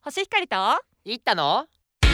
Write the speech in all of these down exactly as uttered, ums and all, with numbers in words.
星光と行ったの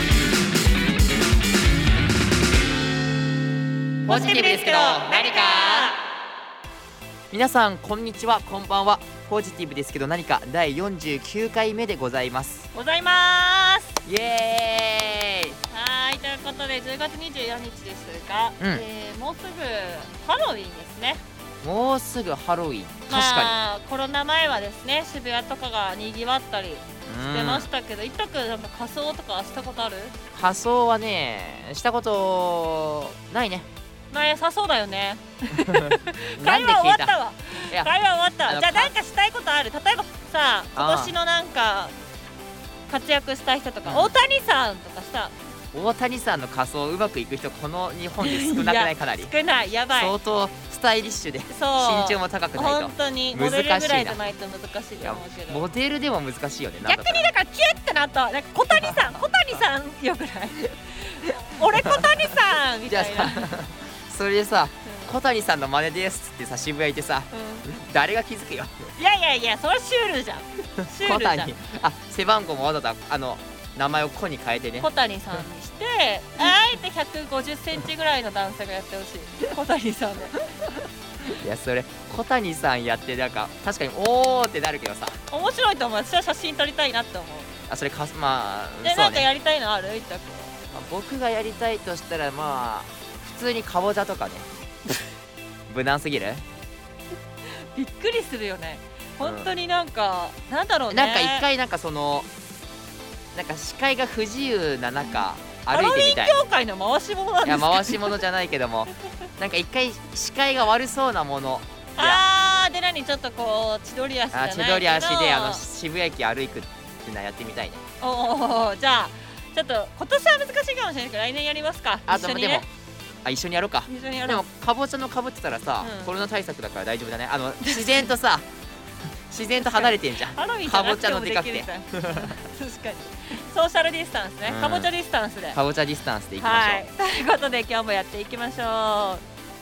ポジティブですけど何か。皆さんこんにちは、こんばんは。ポジティブですけど何かだいよんじゅうきゅうかいめでございますございます。 イエーイ。 はい、ということでじゅうがつにじゅうよっかですが、 うんえー、もうすぐハロウィンですね。 もうすぐハロウィン。確かまあ、コロナ前はですね、渋谷とかがにぎわったりにしてましたけど、いったくなんか仮装とかしたことある？ 仮装はねしたことないね。 まあ良さそうだよね。 なん会話終わで聞いたったわ。 いや会話終わったわ。 あのじゃあなんかしたいことある？例えばさ、今ああ年のなんか活躍した人とか、 うん大谷さんとかさ、 大谷さんの仮装うまくいく人この日本で少なくない？かなり少ない、やばい。 相当スタイリッシュでそう身長も高くないと。 本当にモ難しいなデルぐらいじゃないと難しいいやと思うけど、 モデルでも難しいよね。なんだ逆にだからキュッてなったなんか小谷さん小谷さんよくない？俺小谷さんみじゃあたいな。 さそれでさう小谷さんの真似ですってさ渋谷行ってさん誰が気づくよ。 いやいやいや、それシュールじゃん。シュー小ルじゃん。 谷あ背番号もわざとあの名前を小に変えてね。 小谷さんにしてあえてひゃくごじゅっセンチぐらいの男性がやってほしい。小谷さんでいやそれ小谷さんやってなんか確かにおーってなるけどさ、 面白いと思う。私は写真撮りたいなって思う。 あそれかすまあで、 そうね。 なんかやりたいのある？いったくまあ僕がやりたいとしたらまあ普通にかぼちゃとかね。無難すぎる？ びっくりするよね。本当になんか、なんだろうね。 なんか一回なんかそのなんか視界が不自由な中ハロウィン歩いてみたい。 協会の回し物なんいやですか？ 回し物じゃないけどもなんか一回視界が悪そうなもの、いやあーで何ちょっとこう千鳥足じゃないけど、 あ千鳥足であの渋谷駅歩くってのはやってみたいね。 おお、じゃあちょっと今年は難しいかもしれないけど来年やりますか。 あ一緒にねでもでもあ一緒にやろうか。 一緒にやろう。 でもかぼちゃのかぶってたらさ、 うんコロナ対策だから大丈夫だね。あの自然とさ自然と離れてんじゃん。 ハロウィンじゃなくてもできるかぼじゃん。確かにソーシャルディスタンスね、 うんかぼちゃディスタンスで。 かぼちゃディスタンスでいきましょう。 はい、ということで今日もやっていきましょう。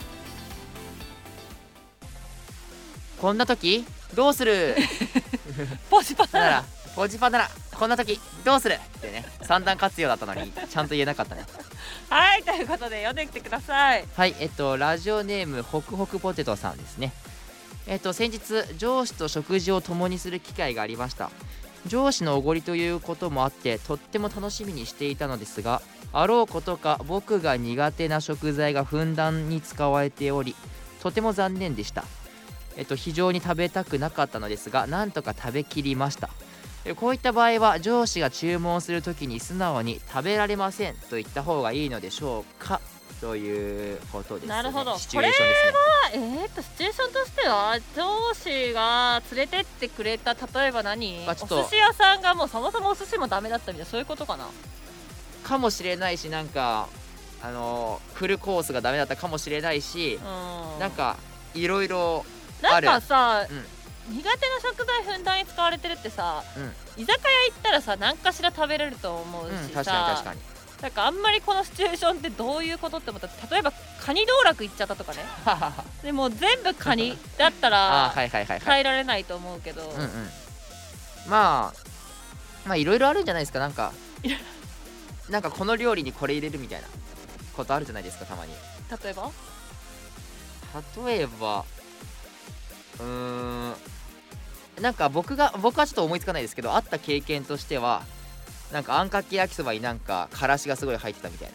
こんな時どうするポジパならならポジパならこんな時どうするってね三段活用だったのにちゃんと言えなかったね。 はい、ということで読んできてください。 はい、えっとラジオネームホクホクポテトさんですね。えっと先日上司と食事を共にする機会がありました。上司のおごりということもあってとっても楽しみにしていたのですが、あろうことか僕が苦手な食材がふんだんに使われておりとても残念でした。えっと非常に食べたくなかったのですがなんとか食べきりました。えこういった場合は上司が注文するときに素直に食べられませんと言った方がいいのでしょうかということですね。 なるほど。 シチュエーションですね。 えー、っとシチュエーションとしては上司が連れてってくれた、例えば何、おまあちょっと寿司屋さんがもうそもそもお寿司もダメだったみたいな、そういうことかな。 かもしれないし、なんかあのフルコースがダメだったかもしれないし、 うんなんかいろいろなんかさ、 うん苦手な食材ふんだんに使われてるってさ、 うん居酒屋行ったらさ何かしら食べれると思うしうん、 さ、 確かに確かになんかあんまりこのシチュエーションってどういうことって思ったら、例えばカニ道楽行っちゃったとかねでもう全部カニだったあーらはいはいはいはい、 耐えられないと思うけど、 うんうん、まあまあいろいろあるんじゃないですか。なんかなんかこの料理にこれ入れるみたいなことあるじゃないですかたまに。 例えば例えばうーんなんか僕が僕はちょっと思いつかないですけど、あった経験としてはなんかあんかけ焼きそばになんかからしがすごい入ってたみたい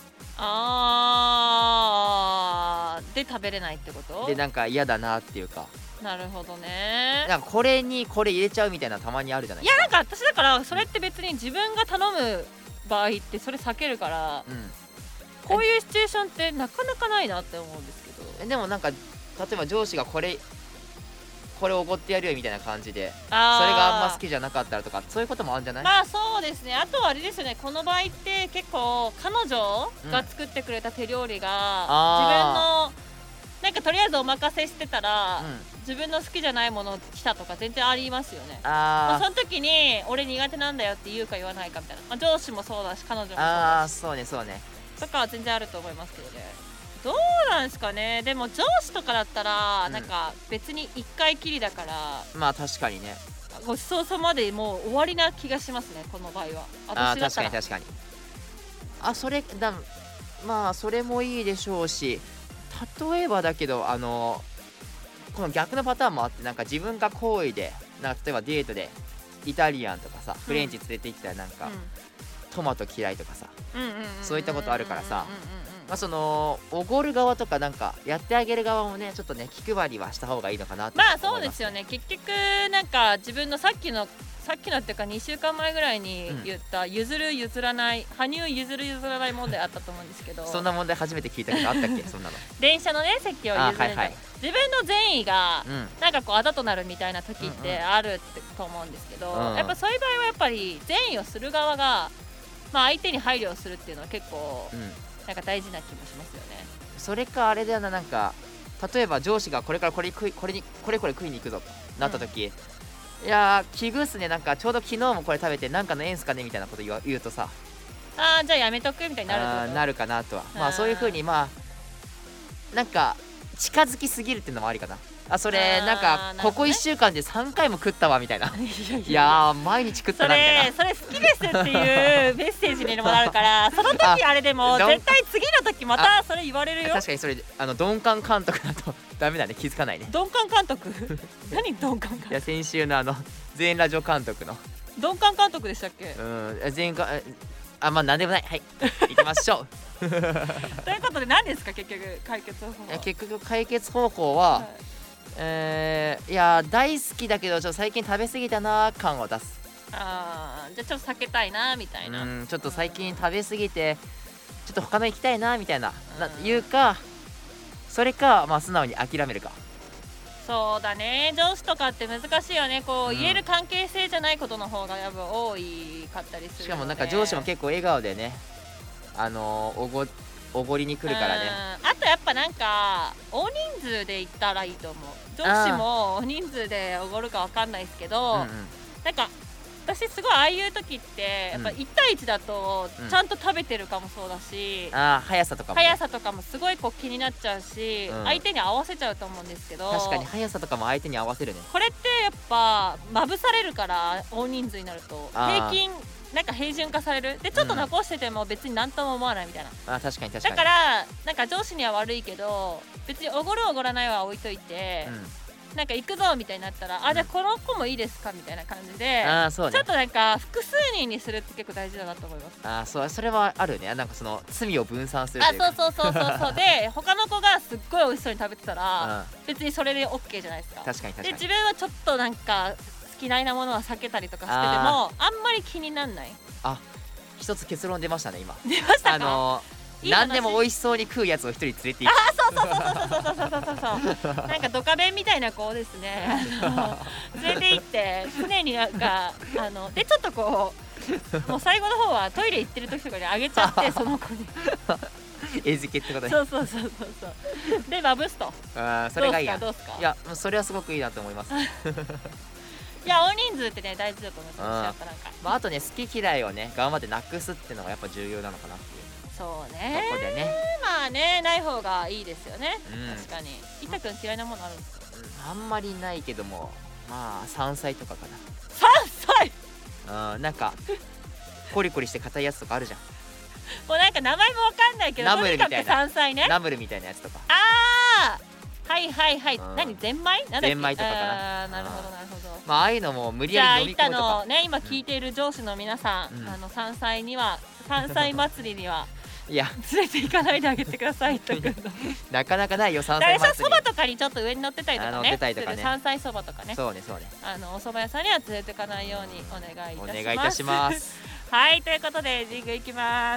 あーで食べれないってことな。でなんか嫌だなっていうか、 なるほどね。 なんかこれにこれ入れちゃうみたいなたまにあるじゃないいですか。 やなんか私だからそれって別に自分が頼む場合ってそれ避けるから、 うんこういうシチュエーションってなかなかないなって思うんですけど。 えでもなんか例えば上司がこれこれおごってやるよみたいな感じでそれあーがあんま好きじゃなかったらとかそういうこともあるんじゃない？ まあそうですね。あとはあれですよね、この場合って結構彼女が作ってくれた手料理が、 あ自分のなんかとりあえずお任せしてたら、 うん自分の好きじゃないもの来たとか全然ありますよね。まあ、 あその時に俺苦手なんだよって言うか言わないかみたいな、まあ、上司もそうだし彼女もそうーあだしーそうねそうねとかは全然あると思いますけどね。どうなんですかね。でも上司とかだったら、 うんなんか別にいっかいきりだからまあ確かにね。 ごちそうさまでもう終わりな気がしますね、この場合は。 あー確私だったからに確かに。あそれだまあそれもいいでしょうし、例えばだけどあのこの逆のパターンもあって、なんか自分が好意でなんか例えばデートでイタリアンとかさフレンチ連れて行ったらなんか、トマト嫌いとかさ、そういったことあるからさ、まあそのおごる側とかなんかやってあげる側もねちょっとね気配りはした方がいいのかなと思います。 まあそうですよね。結局なんか自分のさっきのさっきのっていうかにしゅうかんまえぐらいに言った譲る譲らない羽生譲る譲らない問題あったと思うんですけどそんな問題初めて聞いたけどあったっけそんなの。 電車のね席を譲るみたいな、 あはいはい、 自分の善意がうんなんかこうあだとなるみたいな時ってあるってと思うんですけど、 うんやっぱそういう場合はやっぱり善意をする側がまあ相手に配慮をするっていうのは結構うん、 なんか大事な気もしますよね。 それかあれだよな、なんか例えば上司がこれからこれ食いこれにこれこれ食いに行くぞとなった時、いやー奇遇っすね、なんかちょうど昨日もこれ食べてなんかの縁っすかねみたいなこと言わ言うとさ、 ああじゃあやめとくみたいになるってことあーなるかなとは、まあーあそういう風にまあなんか近づきすぎるっていうのもありかな。あそれあーなんかなるほどねここいっしゅうかんでさんかいも食ったわみたいないやいいやー毎日食っそたなみたいな。 れそれ好きですっていうメッセージにもなるからその時あれでもどん絶対次の時またそれ言われるよ。 確かにそれあの鈍感監督だとダメだね、気づかないね。 鈍感監督何鈍感監督いや先週のあの全ラジオ監督の鈍感監督でしたっけ？ うん全かあまあなんでもない、はい行きましょうということで何ですか結局解決方法は。 いや結局解決方法は、 はいえーいや大好きだけどちょっと最近食べ過ぎたなー感を出す。 あーじゃあちょっと避けたいなみたいな。 うんちょっと最近食べ過ぎてちょっと他の行きたいなみたいななうん言うか、それかまあ素直に諦めるか。 そうだね、上司とかって難しいよね。こう、 うん言える関係性じゃないことの方がやっぱ多いかったりするので。 しかもなんか上司も結構笑顔でねあのーおごおごりに来るからね。 うんあとやっぱなんか大人数で行ったらいいと思う。上司も大人数でおごるかわかんないですけど、 うんうんなんか私すごいああいう時ってやっぱうんいち対いちだとうんちゃんと食べてるかもそうだし、 あー速さとかもね、 速さとかもすごいこう気になっちゃうし、 うん相手に合わせちゃうと思うんですけど、 確かに速さとかも相手に合わせるね。 これってやっぱまぶされるから大人数になるとあー平均なんか平準化されるでちょっと残してても別に何とも思わないみたいな、 あー確かに確かに。 だからなんか上司には悪いけど別におごるおごらないは置いといて、なんか行くぞみたいになったら、あじゃあこの子もいいですかみたいな感じで、 うん、ああそうねちょっ。となんか複数人にするって結構大事だなと思います。 ああそうそれはあるね。なんかその罪を分散するあというか。 そうそうそうそうそうで他の子がすっごい美味しそうに食べてたらうん別にそれで OK じゃないですか。 確かに確かに。 で自分はちょっとなんか好きなものは避けたりとかしててもあんまり気になんない。 一つ結論出ましたね今。 出ましたか？ あのーいい話何でも美味しそうに食うやつを一人連れていく。 あそうそうそうそうそうそうそうそうそうなんかドカベンみたいな子ですね。あの連れて行って常になんかあのでちょっとこうもう最後の方はトイレ行ってる時とかにあげちゃってその子に餌付けってことね。 そうそうそうそうそうでまぶすと。 ああそれがいいや。 どうすかどうすか？ いやもうそれはすごくいいなと思います。 いや大人数ってね大事だと思います。やっぱなんかまああとね好き嫌いをね頑張ってなくすっていうのがやっぱ重要なのかなっていうそうとねこでね。 まあねない方がいいですよね、 うん確かに。いったくん嫌いなものあるんですか？ うんあんまりないけどもまあ山菜とかか山菜な。うんなんかコリコリして硬いやつとかあるじゃん。 もうなんか名前もわかんないけどナとにかくムルみたいな山菜ね。 ナムルみたいなやつとか。 あーはいはいはい、 うん何ゼンマイなんだっけ？ ゼンマイとかかなあーなるほどなるほど。 まあああいうのも無理じゃあやり飲みいった込むとかの。ね今聞いている上司の皆さん、 うんあの山菜には山菜祭りにはいや連れて行かないであげてくださいというのなかなかないよ山あれ菜祭り。 でしょそばとかにちょっと上に乗ってたりとかねあ乗ってたりとかねする山菜そばとかね、 そうねそうね。 あのお蕎麦屋さんには連れてかないようにお願いいたします。 お願いいたします。 はいということでエンディングいきます。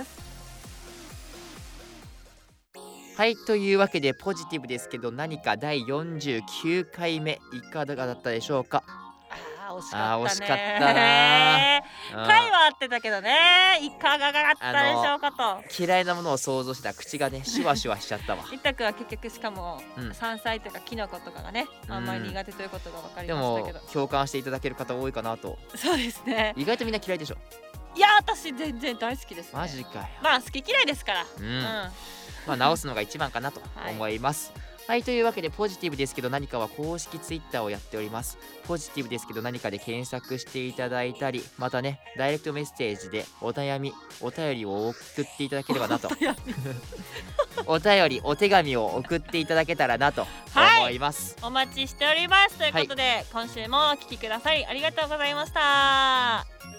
はいというわけでポジティブですけど何かだいよんじゅうきゅうかいめいかがだったでしょうか。 あー惜しかったね。 あー惜しかったなうん回は合ってたけどねいかがだったでしょうかと。 嫌いなものを想像した口がねシュワシュワしちゃったわ。 いったくは結局しかも、 うん山菜とかキノコとかがねあんまり苦手ということが分かりでもましたけど、 共感していただける方多いかなと。 そうですね。 意外とみんな嫌いでしょ。 いや私全然大好きですね。 マジかよ。 まあ好き嫌いですから。 うんうんまあ直すのが一番かなと思います。 はい、というわけでポジティブですけど何かは公式ツイッターをやっております。ポジティブですけど何かで検索していただいたり、またねダイレクトメッセージでお悩みお便りを送っていただければなとお便りお手紙を送っていただけたらなと思います、 お待ちしております。ということで、今週もお聞きくださりありがとうございました。